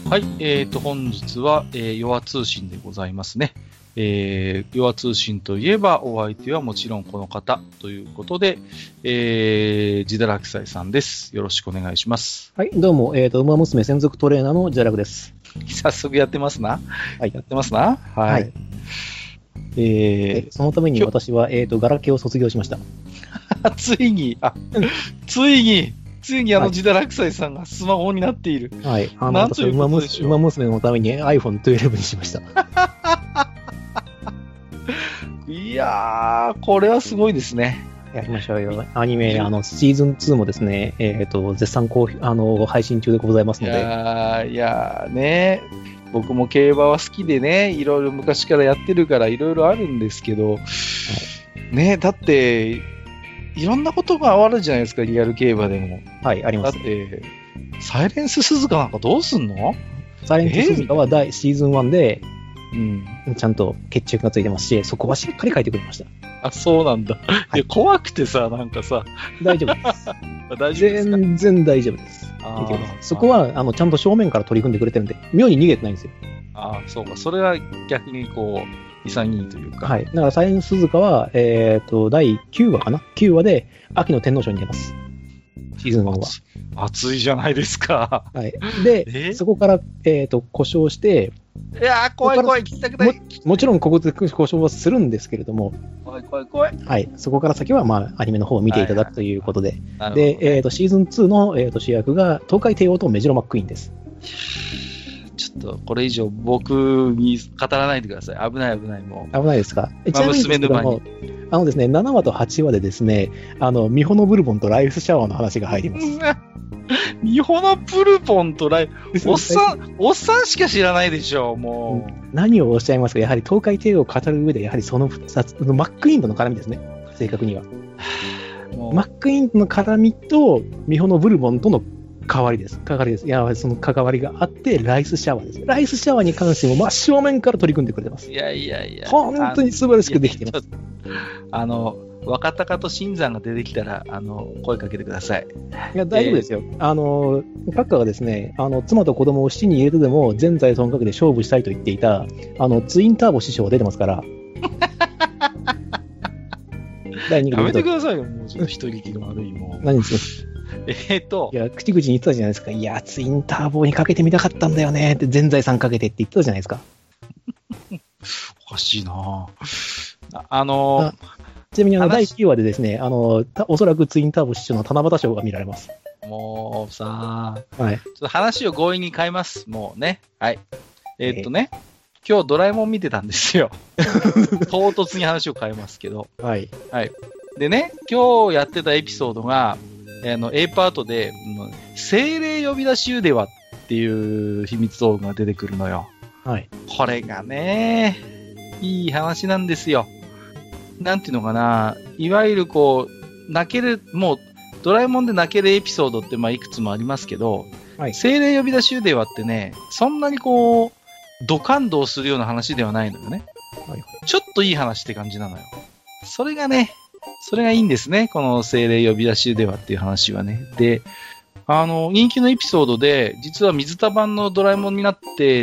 はい、本日は、ヨア通信でございますね。ヨア通信といえば、お相手はもちろんこの方ということで、ジダラクサイさんです。よろしくお願いします。 はい、どうも、ウマ娘専属トレーナーのジダラクです。 早速やってますな。 はい。 やってますな。はい。 そのために私は、ガラケーを卒業しました。 ついにジダラクサイさんがスマホになっている。 はい。 私はウマ娘のために iPhone12 にしました。 いやー、これはすごいですね。 やりましょうよ。アニメ、シーズン2もですね、絶賛配信中でございますので。 いやーね、僕も競馬は好きでね、いろいろ昔からやってるからいろいろあるんですけど、はい、ね、だって、いろんなことがあるじゃないですか、リアル競馬でも。 はい、あります。 だって、サイレンス鈴鹿なんかどうすんの？ サイレンス鈴鹿はシーズン1で、ちゃんと決着がついてますし、そこはしっかり書いてくれました。 あ、そうなんだ。はい、いや怖くてさ、なんかさ。 大丈夫です。 大丈夫ですか？ 全然大丈夫です。そこはちゃんと正面から取り組んでくれてるんで、妙に逃げてないんですよ。 ああ、そうか。それは逆にこう、潔いというか。 はい。だからサイレンス鈴鹿は、第9話かな ?9 話で秋の天皇賞に出ます。シーズン1は。 熱いじゃないですか。 はい。で、そこから、故障して、 いやー、怖い、聞きたくない。 もちろんここで故障はするんですけれども、 怖い。 はい。そこから先は、アニメの方を見ていただくということで。で、シーズン2の、主役が、東海帝王とメジロマックイーンです。 ちょっと、これ以上僕に語らないでください。危ない、もう。 危ないですか？ 娘沼に。 ですね、7話と8話でですね、ミホノブルボンとライフシャワーの話が入ります。 ミホノブルボンとおっさんしか知らないでしょ、もう。 何をおっしゃいますか？やはり東海帝王を語る上で、やはりそのマックイーンとの絡みですね、正確には。マックイーンとの絡みと、ミホノブルボンとの関わりです。いや、その関わりがあって、ライスシャワーです。ライスシャワーに関しても真正面から取り組んでくれてます。 いや。 本当に素晴らしくできています。 若鷹と新山が出てきたら、声かけてください。 いや、大丈夫ですよ。閣下がですね、妻と子供を7人入れてでも、全財損かけて勝負したいと言っていた、ツインターボ師匠が出てますから。 第2期やめてくださいよ、もうちょっと一人気が悪いもん。 何ですか？いや、口々に言ってたじゃないですか。いや、ツインターボにかけてみたかったんだよねって、全財産かけてって言ってたじゃないですか。 おかしいなちなみに第9話でですね、おそらくツインターボ師匠の七夕賞が見られます。 もうさ、 はい。 ちょっと話を強引に変えます。もうね。はい。今日ドラえもん見てたんですよ。唐突に話を変えますけど。 はい。 はい。でね、今日やってたエピソードが、A パートで、精霊呼び出し腕輪っていう秘密道具が出てくるのよ。 はい。 これがね、いい話なんですよ。なんていうのかな、いわゆるこう、泣ける、もう、ドラえもんで泣けるエピソードっていくつもありますけど、 はい、 精霊呼び出し腕輪ってね、そんなにこう、ド感動するような話ではないのよね。はい、ちょっといい話って感じなのよ。それがいいんですね。この精霊呼び出し腕輪っていう話はね。で、人気のエピソードで、実は水田版のドラえもんになって、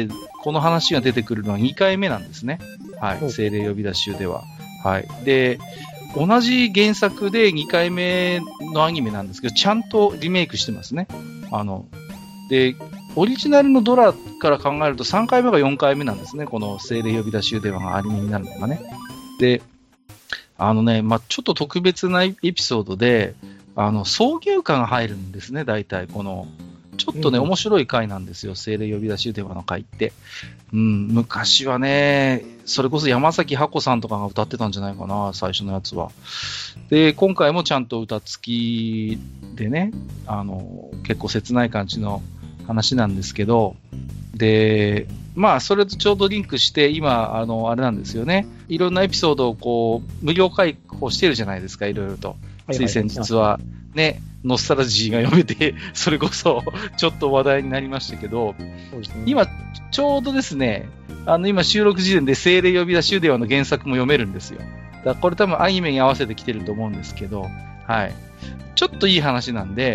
この話が出てくるのは2回目なんですね。はい。精霊呼び出し腕輪。はい。で、同じ原作で2回目のアニメなんですけど、ちゃんとリメイクしてますね。で、オリジナルのドラから考えると3回目が4回目なんですね。この精霊呼び出し腕輪がアニメになるのがね。で、ちょっと特別なエピソードで、挿入歌が入るんですね、大体。ちょっとね、面白い回なんですよ、精霊呼び出し腕輪の回って。昔はね、それこそ山崎ハコさんとかが歌ってたんじゃないかな、最初のやつは。で、今回もちゃんと歌付きでね、結構切ない感じの話なんですけど、で、それとちょうどリンクして、今、あれなんですよね。いろんなエピソードをこう、無料開放してるじゃないですか、いろいろと。つい先日は、ね、ノスタルジーが読めて、それこそ、ちょっと話題になりましたけど、今、ちょうどですね、今収録時点で精霊呼び出し腕輪の原作も読めるんですよ。だからこれ多分アニメに合わせてきてると思うんですけど、はい。ちょっといい話なんで、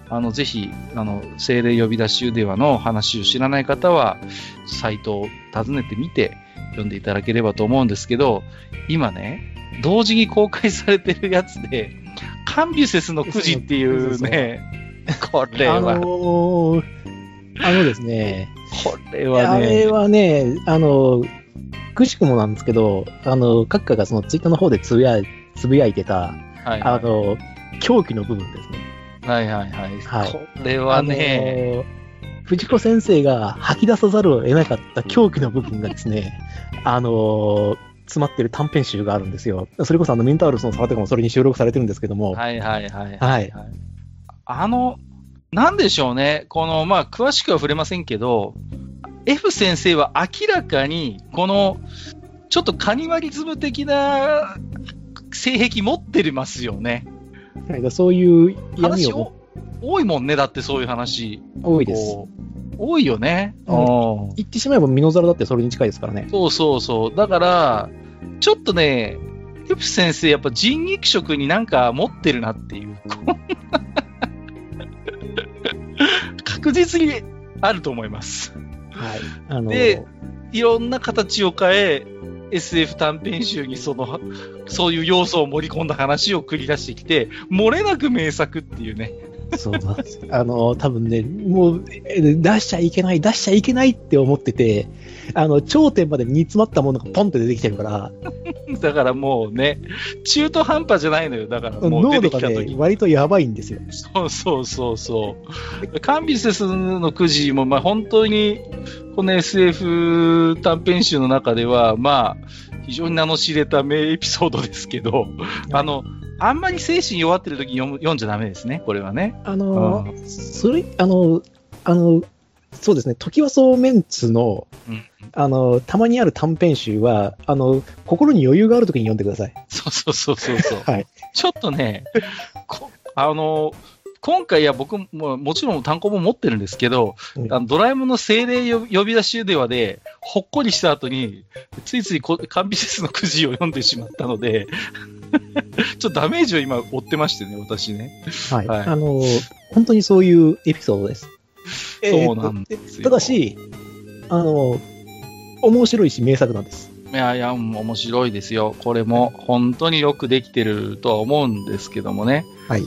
ぜひ、精霊呼び出し腕輪の話を知らない方は、サイトを訪ねてみて、読んでいただければと思うんですけど、今ね、同時に公開されてるやつで、カンビュセスのくじっていうね、これは。 ですね、 これはね、 あれはね、くしくもなんですけど、閣下がそのツイッターの方でつぶやいてた、 はいはい、 狂気の部分ですね。 はいはいはい。はい、これはね、 藤子先生が吐き出さざるを得なかった狂気の部分がですね、詰まってる短編集があるんですよ。それこそミンタウルスのサラとかもそれに収録されてるんですけども。 はいはいはい。はい。なんでしょうね。まあ、詳しくは触れませんけど、F 先生は明らかに、ちょっとカニバリズム的な性癖持ってますよね。 そういう話多いもんね、だってそういう話。 多いです。 多いよね。 言ってしまえばミノザラだってそれに近いですからね。 そうそうそう。だから、ちょっとね、F 先生やっぱ人肉食になんか持ってるなっていう。確実にあると思います。 はい。 で、いろんな形を変え、SF 短編集にそういう要素を盛り込んだ話を繰り出してきて、漏れなく名作っていうね。 そうなんです。多分ね、もう、出しちゃいけないって思ってて、頂点まで煮詰まったものがポンって出てきてるから。 だからもうね、中途半端じゃないのよ。だからもう出てきた時。濃度がね、 割とやばいんですよ。 そう。カンビセスのくじも、まあ本当に、この SF 短編集の中では、まあ、非常に名の知れた名エピソードですけど、あんまり精神弱ってる時に読んじゃダメですね、これはね。 そうですね、トキワ荘メンツの、たまにある短編集は、心に余裕がある時に読んでください。 そう。 はい。 ちょっとね、今回僕もちろん単行本持ってるんですけど、ドラえもんの精霊呼び出し腕輪で、ほっこりした後に、ついついカンビセスのくじを読んでしまったので、ちょっとダメージを今負ってましてね、私ね。 はい。本当にそういうエピソードです。 そうなんですよ。 ただし、面白いし名作なんです。 いや、面白いですよ。これも本当によくできてるとは思うんですけどもね。 はい。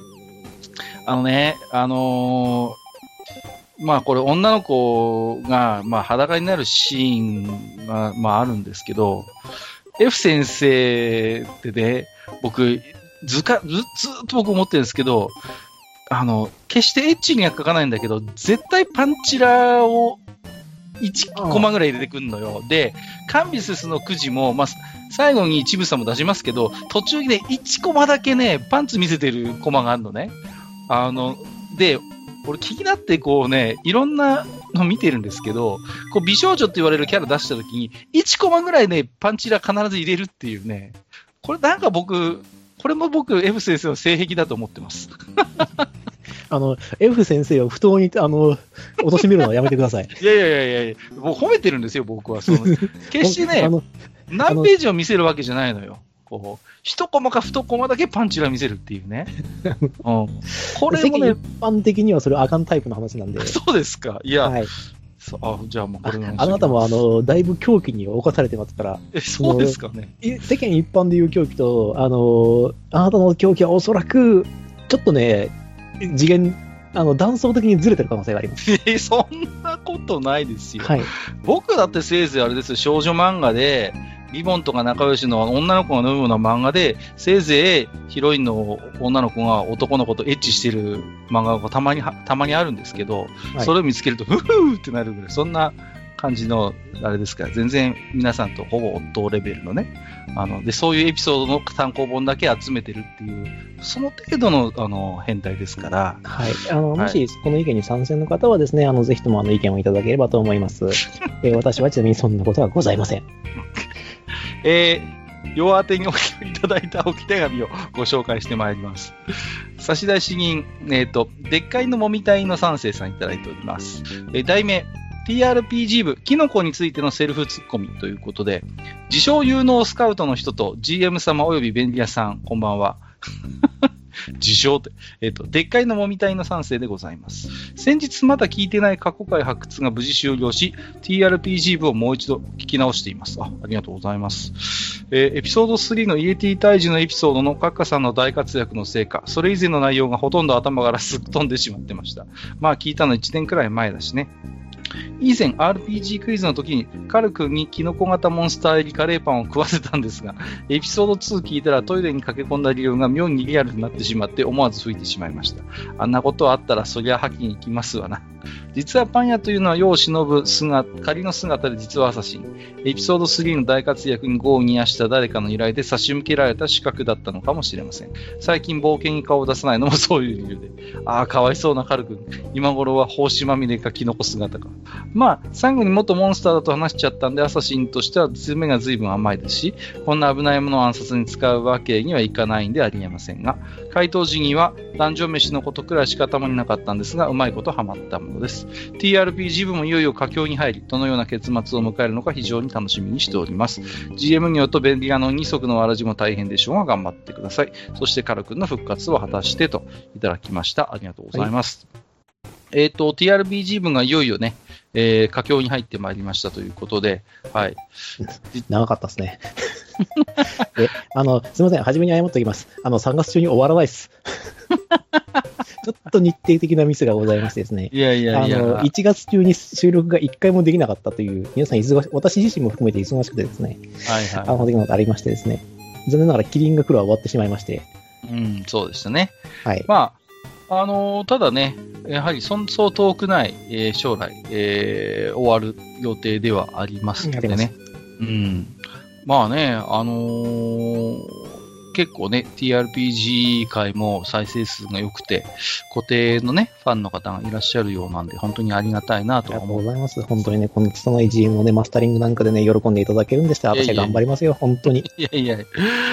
まあこれ女の子が、まあ裸になるシーンが、まああるんですけど、F 先生ってね、僕、ずっと僕思ってるんですけど、決してエッチには書かないんだけど、絶対パンチラを1コマぐらい入れてくるのよ。で、カンビセスのくじも、まあ、最後に一部差も出しますけど、途中にね、1コマだけね、パンツ見せてるコマがあるのね。で、俺気になってこうね、いろんなの見てるんですけど、こう美少女って言われるキャラ出した時に、1コマぐらいね、パンチラ必ず入れるっていうね、これなんかこれも僕、F 先生の性癖だと思ってます。 F 先生を不当に、貶めるのはやめてください。 いや、もう褒めてるんですよ、僕は。決してね、何ページを見せるわけじゃないのよ。こう、一コマか二コマだけパンチラ見せるっていうね。これもね、一般的にはそれあかんタイプの話なんで。 そうですか。いや、 はい、 じゃあもうこれの話。 あなたもだいぶ狂気に侵されてますから。 そうですかね。 世間一般でいう狂気と、あなたの狂気はおそらく、ちょっとね、次元、断層的にずれてる可能性があります。 そんなことないですよ。 はい、 僕だってせいぜいあれですよ、少女漫画で、リボンとか仲良しの女の子が飲むような漫画で、せいぜいヒロインの女の子が男の子とエッチしてる漫画がたまにあるんですけど、はい、それを見つけると、ふふーってなるぐらい、そんな感じの、あれですから、全然皆さんとほぼ同レベルのね、で、そういうエピソードの単行本だけ集めてるっていう、その程度の、変態ですから。 はい。もし、この意見に賛成の方はですね、ぜひとも意見をいただければと思います。私はちなみにそんなことはございません。 夜宛てにお寄りいただいた置き手紙をご紹介してまいります。差出人、でっかいのもみたいの三世さんいただいております。題名、TRPG 部、キノコについてのセルフツッコミということで、自称有能スカウトの人と GM 様および便利屋さん、こんばんは。 自称って。でっかいのもみたいの賛成でございます。先日まだ聞いてない過去回発掘が無事終了し、TRPG 部をもう一度聞き直しています。ありがとうございます。エピソード3のイエティ退治のエピソードのカッカさんの大活躍のせいか、それ以前の内容がほとんど頭からすっ飛んでしまってました。まあ聞いたの1年くらい前だしね。以前 RPG クイズの時にカル君にキノコ型モンスター入りカレーパンを食わせたんですが、エピソード2聞いたらトイレに駆け込んだ理由が妙にリアルになってしまって思わず吹いてしまいました。あんなことあったらそりゃ吐きに行きますわな。実はパン屋というのは世を忍ぶ仮の姿で実はアサシン。エピソード3の大活躍に業を煮やした誰かの依頼で差し向けられた資格だったのかもしれません。最近冒険に顔を出さないのもそういう理由で。ああ、かわいそうなカル君。今頃は胞子まみれかキノコ姿か。まあ、最後に元モンスターだと話しちゃったんで、アサシンとしては爪が随分甘いですし、こんな危ないものを暗殺に使うわけにはいかないんでありえませんが、回答時にはダンジョン飯のことくらいしか頭になかったんですが、うまいことハマったものです。TRPG 部もいよいよ佳境に入り、どのような結末を迎えるのか非常に楽しみにしております。GM 業と便利屋の二足のわらじも大変でしょうが頑張ってください。そしてカル君の復活を果たしてといただきました。ありがとうございます。はい、TRPG 部がいよいよね、佳境に入ってまいりましたということで、はい。 長かったですね。すみません、初めに謝っておきます。3月中に終わらないです。ちょっと日程的なミスがございましてですね。 いや。 1月中に収録が1回もできなかったという、皆さん私自身も含めて忙しくてですね。 はい。 出来事がありましてですね。残念ながらキリンが来るは終わってしまいまして。 うん、そうでしたね。 はい。 まあ、ただね、やはりそう遠くない、将来、終わる予定ではありますのでね。うん。まあね、結構ね、TRPG 界も再生数が良くて、固定のね、ファンの方がいらっしゃるようなんで、本当にありがたいなとは思う。 ありがとうございます。本当にね、この拙い GM のね、マスタリングなんかでね、喜んでいただけるんでしたら、私は頑張りますよ、本当に。 いや。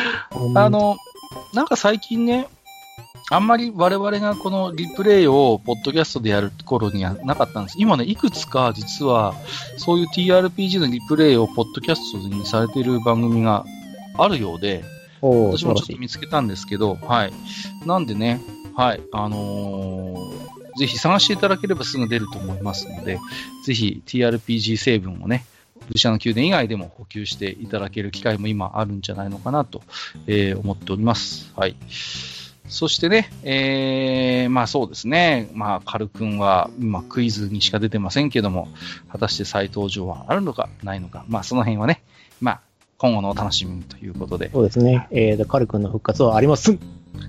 なんか最近ね、あんまり我々がこのリプレイをポッドキャストでやる頃にはなかったんです。今ね、いくつか実はそういう TRPG のリプレイをポッドキャストにされている番組があるようで、私もちょっと見つけたんですけど、はい。なんでね、はい、ぜひ探していただければすぐ出ると思いますので、ぜひ TRPG 成分をね、ルシアの宮殿以外でも補給していただける機会も今あるんじゃないのかなと、思っております。はい。そしてね、まあそうですね、まあカル君は今クイズにしか出てませんけども、果たして再登場はあるのかないのか、まあその辺はね、まあ今後のお楽しみということで。 そうですね、カル君の復活はあります。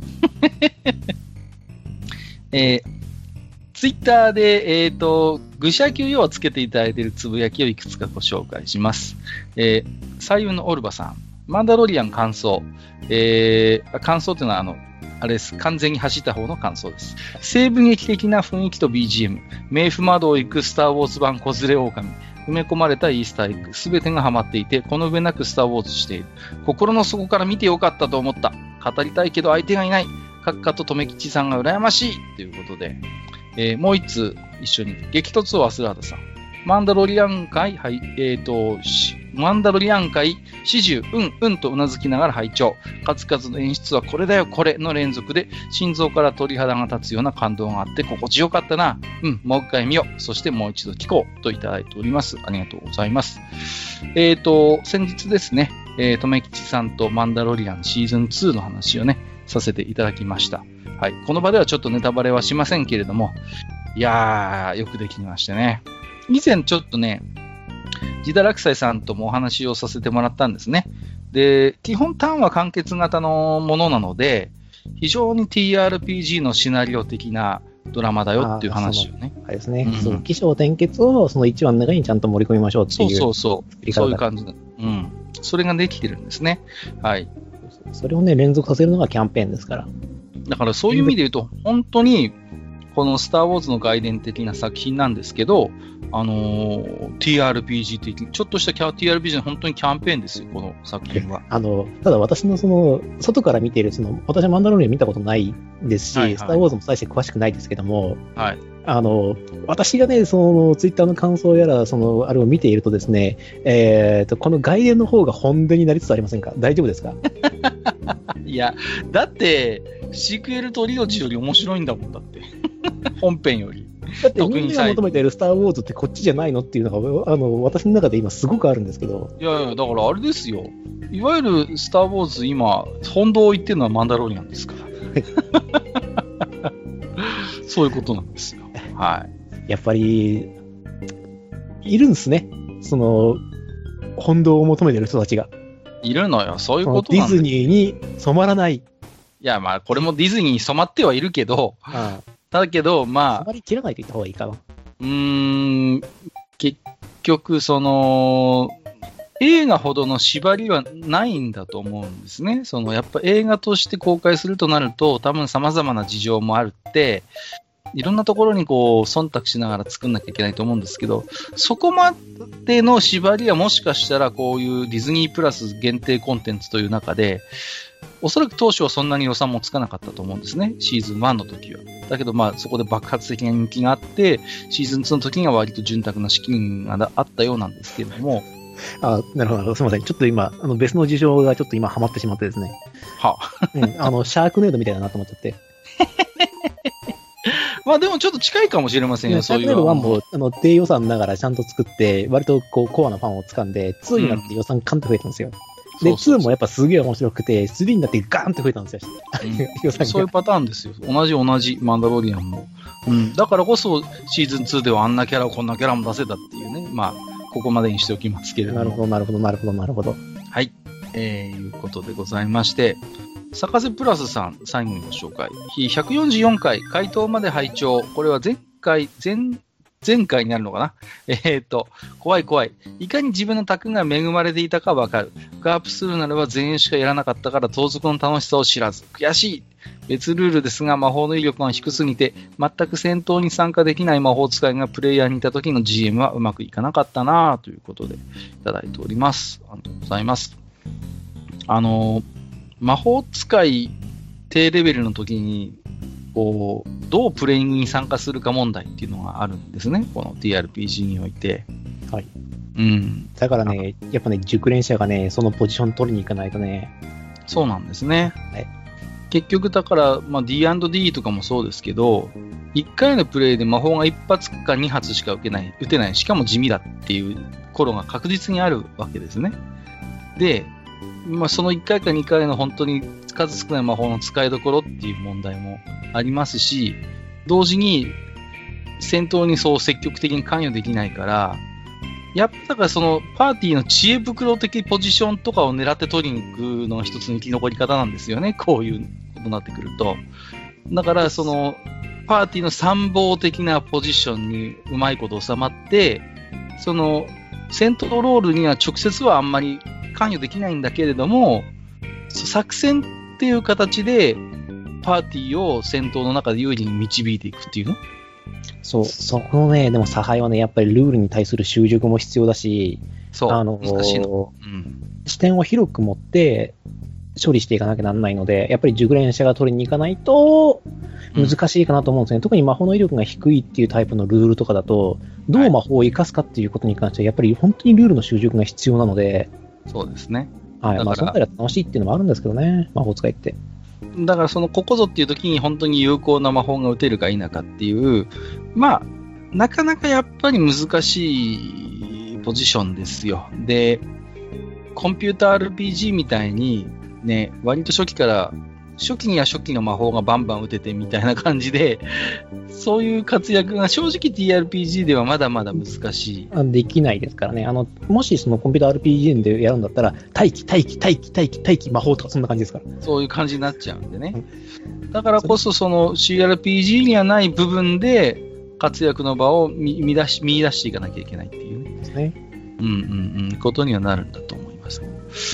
ツイッターで、愚者級をつけていただいているつぶやきをいくつかご紹介します。左右のオルバさん、マンダロリアン感想。感想というのはあれです。完全に走った方の感想です。西部劇的な雰囲気と BGM、冥府窓を行くスターウォーズ版子連れ狼、埋め込まれたイースターエッグ、すべてがハマっていて、この上なくスターウォーズしている。心の底から見てよかったと思った。語りたいけど相手がいない。閣下と留吉さんが羨ましいということで、もう一通一緒に激突を忘れはたさん。マンダロリアン会、はい、マンダロリアン会、始終、とうなずきながら拝聴。数々の演出はこれだよ、これの連続で、心臓から鳥肌が立つような感動があって、心地よかったな。もう一回見よう。そしてもう一度聞こう。といただいております。ありがとうございます。先日ですね、留吉さんとマンダロリアンシーズン2の話をね、させていただきました。はい。この場ではちょっとネタバレはしませんけれども、いやー、よくできましてね。以前ちょっとね、ジダラクサイさんともお話をさせてもらったんですね。で、基本ターンは完結型のものなので、非常に TRPG のシナリオ的なドラマだよっていう話をね。 あれですね。その起承転結をその1話の中にちゃんと盛り込みましょうっていう。 そういう感じ。それができてるんですね。はい。 それをね、連続させるのがキャンペーンですから。 だからそういう意味で言うと、本当に、このスターウォーズの外伝的な作品なんですけど、 TRPG 的、ちょっとした TRPG の本当にキャンペーンですよ、この作品は。 ただ私の外から見ている、私はマンダロリアン見たことないですし、はいはい、スターウォーズも大して詳しくないですけども、はい。私がね、ツイッターの感想やら、あれを見ているとですね、この外伝の方が本伝になりつつありませんか？大丈夫ですか？ いや、だって、シークエルトリロジーより面白いんだもん、だって。本編より。 だってみんなが求めているスターウォーズってこっちじゃないのっていうのが、私の中で今すごくあるんですけど。 いやいや、だからあれですよ。いわゆるスターウォーズ今、本堂を言ってるのはマンダロリアンですから。そういうことなんですよ。はい。 やっぱり、いるんですね。本堂を求めてる人たちが。 いるのよ。そういうことなんだ。 ディズニーに染まらない。いや、まあ、これもディズニーに染まってはいるけど、だけど、まあ。 染まりきらないと言った方がいいかな。 結局、映画ほどの縛りはないんだと思うんですね。やっぱ映画として公開するとなると、多分様々な事情もあるって、いろんなところに忖度しながら作んなきゃいけないと思うんですけど、そこまでの縛りはもしかしたらこういうディズニープラス限定コンテンツという中で、おそらく当初はそんなに予算もつかなかったと思うんですね。シーズン1の時は。だけどまあそこで爆発的な人気があって、シーズン2の時には割と潤沢な資金があったようなんですけれども。 なるほど。すみません。ちょっと今、別の事情がちょっと今ハマってしまってですね。 はシャークネードみたいだなと思っちゃって。 まあでもちょっと近いかもしれませんよ、そういう。 シャークネード1も低予算ながらちゃんと作って、割とコアなファンを掴んで、2になって予算カンと増えたんですよ。で、2もやっぱすげえ面白くて、3になってガーンと増えたんですよ。 予算がそういうパターンですよ。同じ、マンダロリアンも。だからこそ、シーズン2ではあんなキャラ、こんなキャラも出せたっていうね。まあ、ここまでにしておきますけれども。 なるほど。 はい。いうことでございまして、サカセプラスさん、最後にご紹介。144回、回答まで拝聴。これは前回になるのかな。怖い。いかに自分の卓が恵まれていたかわかる。ガープするならば全員しかやらなかったから盗賊の楽しさを知らず。悔しい。別ルールですが魔法の威力が低すぎて、全く戦闘に参加できない魔法使いがプレイヤーにいた時の GM はうまくいかなかったなぁということでいただいております。ありがとうございます。魔法使い低レベルの時に、どうプレイングに参加するか問題っていうのがあるんですね。この TRPG において。 はい。だからね、やっぱね、熟練者がね、そのポジション取りに行かないとね。 そうなんですね。はい。結局だから、まあ、D&D とかもそうですけど、1回のプレイで魔法が1発か2発しか打てない、しかも地味だっていう頃が確実にあるわけですね。で、まあ、その1回か2回の本当に数少ない魔法の使いどころっていう問題もありますし、同時に戦闘にそう積極的に関与できないから、やっぱだからそのパーティーの知恵袋的ポジションとかを狙って取りに行くのが一つの生き残り方なんですよね。こういうことになってくると。だからそのパーティーの参謀的なポジションにうまいこと収まって、その戦闘ロールには直接はあんまり関与できないんだけれども、作戦っていう形でパーティーを戦闘の中で有利に導いていくっていうの？ そこのね、でも差配はね、やっぱりルールに対する習熟も必要だし、 難しいの。 視点を広く持って処理していかなきゃなんないので、やっぱり熟練者が取りに行かないと難しいかなと思うんですね。特に魔法の威力が低いっていうタイプのルールとかだと、どう魔法を活かすかっていうことに関しては、やっぱり本当にルールの習熟が必要なので、 そうですね。 はい。まあ、その辺りは楽しいっていうのもあるんですけどね、魔法使いって。 だからそのここぞっていう時に本当に有効な魔法が打てるか否かっていう、まあ、なかなかやっぱり難しいポジションですよ。で、コンピューター RPG みたいにね、割と初期には初期の魔法がバンバン打ててみたいな感じで、そういう活躍が正直 TRPG ではまだまだ難しい。 できないですからね。もしそのコンピューター RPG でやるんだったら、待機魔法とかそんな感じですから。 そういう感じになっちゃうんでね。だからこそその CRPG にはない部分で活躍の場を見出していかなきゃいけないっていうね。ですね。ことにはなるんだと思います。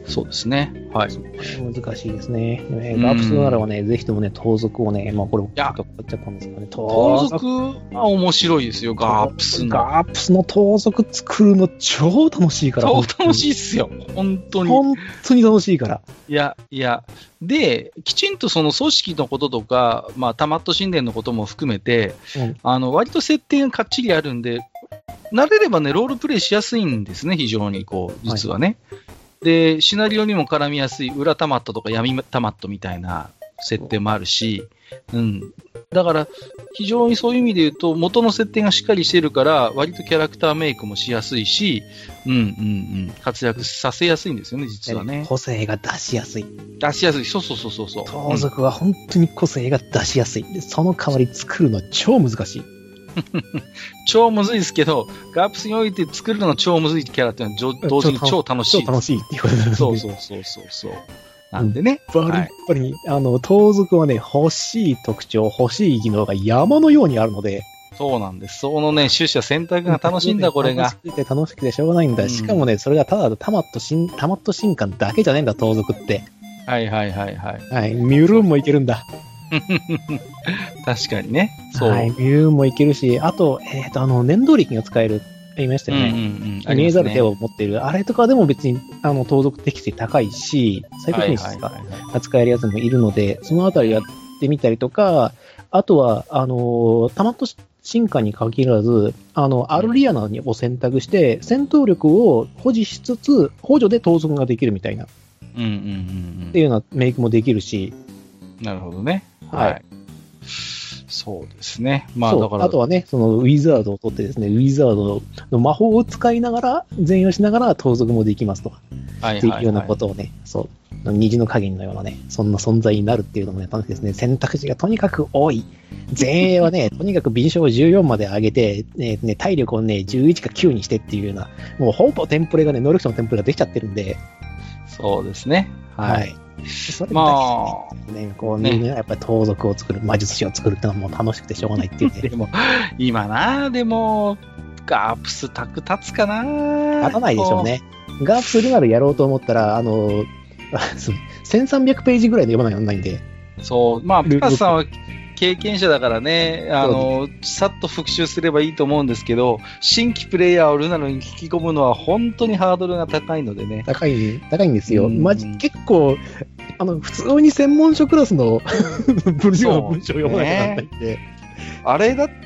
そうですね。はい。 難しいですね。ガープスならばね、ぜひともね、盗賊をね、まあこれもちょっと買っちゃったんですけどね。 盗賊は面白いですよ、ガープスの。 ガープスの盗賊作るの超楽しいから。 超楽しいっすよ。本当に。 本当に楽しいから。 いや。で、きちんとその組織のこととか、まあ、タマット神殿のことも含めて、割と設定がかっちりあるんで、慣れればね、ロールプレイしやすいんですね、非常に、実はね。で、シナリオにも絡みやすい裏タマットとか闇タマットみたいな設定もあるし、だから、非常にそういう意味で言うと、元の設定がしっかりしてるから、割とキャラクターメイクもしやすいし、活躍させやすいんですよね、実はね。 個性が出しやすい。 そう。 盗賊は本当に個性が出しやすい。でその代わり作るの超難しい。 超むずいですけど、ガープスにおいて作るのが超むずいキャラっていうのは同時に超楽しい。 超楽しいっていうことですね。 そう。なんでね。 バリッバリに、盗賊はね、欲しい特徴、欲しい技能が山のようにあるので。 そうなんです。そのね、取捨選択が楽しいんだ、これが。 楽しくてしょうがないんだ。しかもね、それがただタマット進化だけじゃねえんだ、盗賊って。 はい。はい、 ミュルーンもいけるんだ。 確かにね。 そう。はい、ミュルーンもいけるし、あと、念動力が使える。言いましたよね。見えざる手を持っている。あれとかでも別に、盗賊適性高いし、サイコフィニッシュが扱えるやつもいるので、そのあたりやってみたりとか、あとは、タマット進化に限らず、アルリアナを選択して、戦闘力を保持しつつ、補助で盗賊ができるみたいな。っていうようなメイクもできるし。 なるほどね。はい。そうですね。 まあだから。あとはね、そのウィザードを取ってですね、ウィザードの魔法を使いながら、全用しながら盗賊もできますと。っていうようなことをね、そう、虹の影のようなね、そんな存在になるっていうのもね、楽しいですね。選択肢がとにかく多い。前衛はね、とにかく敏捷を14まで上げて、体力をね、11か9にしてっていうような、もうほぼテンプレがね、能力者のテンプレができちゃってるんで。 そうですね。はい。 それだけね、こうね、やっぱり盗賊を作る、魔術師を作るってのはもう楽しくてしょうがないっていうね。 でも、今な、でも、ガープスタク立つかな。 立たないでしょうね。ガープスルナルやろうと思ったら、1300ページぐらいで読まないといけないんで。 そう、まあ、プラスさんは経験者だからね、さっと復習すればいいと思うんですけど、新規プレイヤーをルナルに引き込むのは本当にハードルが高いのでね。 高いんですよ。結構、普通に専門書クラスの文章を読まなきゃならないんで。 あれだって、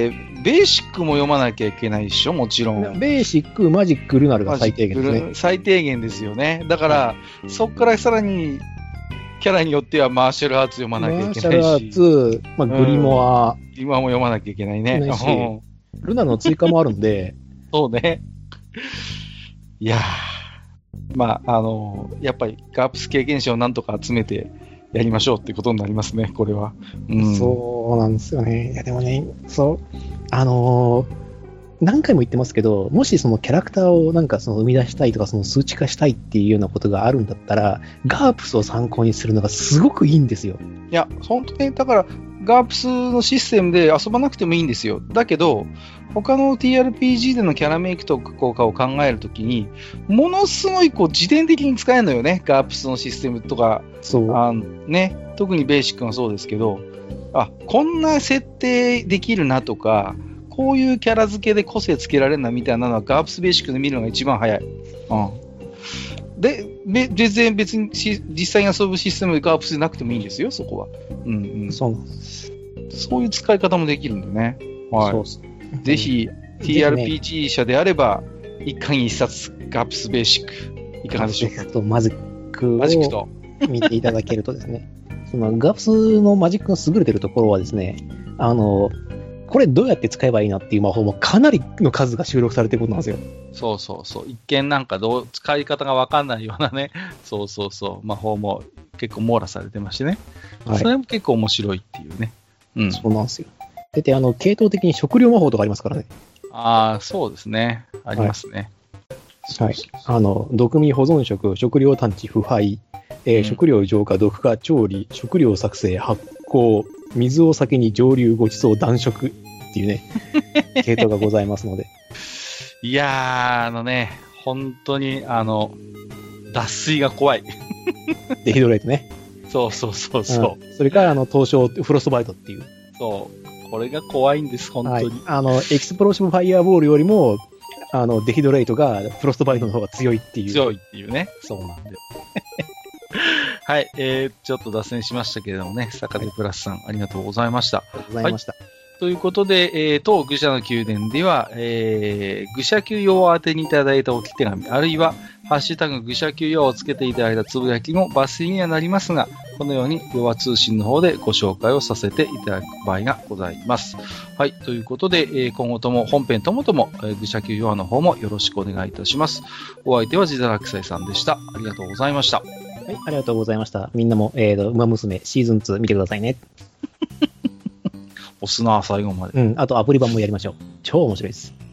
ベーシックも読まなきゃいけないでしょ、もちろん。 ベーシック、マジック、ルナルが最低限ですね。 最低限ですよね。だから、そこからさらに、キャラによってはマーシャルアーツ読まなきゃいけないし。 マーシャルアーツ、グリモア。 グリモアも読まなきゃいけないね。 ルナルの追加もあるんで。 そうね。いやまあ、やっぱりガープス経験者をなんとか集めてやりましょうってことになりますね、これは。 そうなんですよね。いや、でもね、何回も言ってますけど、もしそのキャラクターをなんかその生み出したいとか、その数値化したいっていうようなことがあるんだったら、ガープスを参考にするのがすごくいいんですよ。 いや、本当ね、だから、ガープスのシステムで遊ばなくてもいいんですよ。だけど、他の TRPG でのキャラメイクとかを考えるときに、ものすごい自伝的に使えるのよね、ガープスのシステムとか。 そう。 特にベーシックがそうですけど、こんな設定できるなとか、こういうキャラ付けで個性つけられるなみたいなのはガープスベーシックで見るのが一番早い。で、別に実際に遊ぶシステムでガープスでなくてもいいんですよ、そこは。 そうなんです。 そういう使い方もできるんでね。はい。そうぜひ、TRPG 社であれば、一巻一冊ガープスベーシック、いかがでしょうか。 マジックを見ていただけるとですね、そのガープスのマジックの優れてるところはですね、これどうやって使えばいいなっていう魔法もかなりの数が収録されてることなんですよ。 そう。一見なんか使い方がわかんないようなね、魔法も結構網羅されてましてね。それも結構面白いっていうね。 そうなんですよ。で、系統的に食料魔法とかありますからね。 そうですね。ありますね。 はい。毒味保存食、食料探知、腐敗、食料浄化、毒化、調理、食料作成、発酵、水を先に蒸留、ごちそう、暖色っていうね、系統がございますので。 いやー、本当に、 脱水が怖い。 デヒドレイトね。 そうそうそうそう。 それから、凍傷、フロストバイトっていう。 そう。これが怖いんです、本当に。 エキスプローシブファイヤーボールよりも、デヒドレイトがフロストバイトの方が強いっていう。 強いっていうね。そうなんだよ。はい、ちょっと脱線しましたけれどもね、坂手プラスさん、ありがとうございました。 ありがとうございました。 ということで、当愚者の宮殿では、愚者級用を宛てにいただいた置き手紙、あるいは、ハッシュタグ愚者級用をつけていただいたつぶやきも抜粋にはなりますが、このように、ヨワ通信の方でご紹介をさせていただく場合がございます。はい。ということで、今後とも本編とも愚者級ヨワの方もよろしくお願いいたします。お相手は自堕落斎さんでした。ありがとうございました。 はい、ありがとうございました。みんなも、ウマ娘シーズン2見てくださいね。 押すな、最後まで。 あとアプリ版もやりましょう。超面白いです。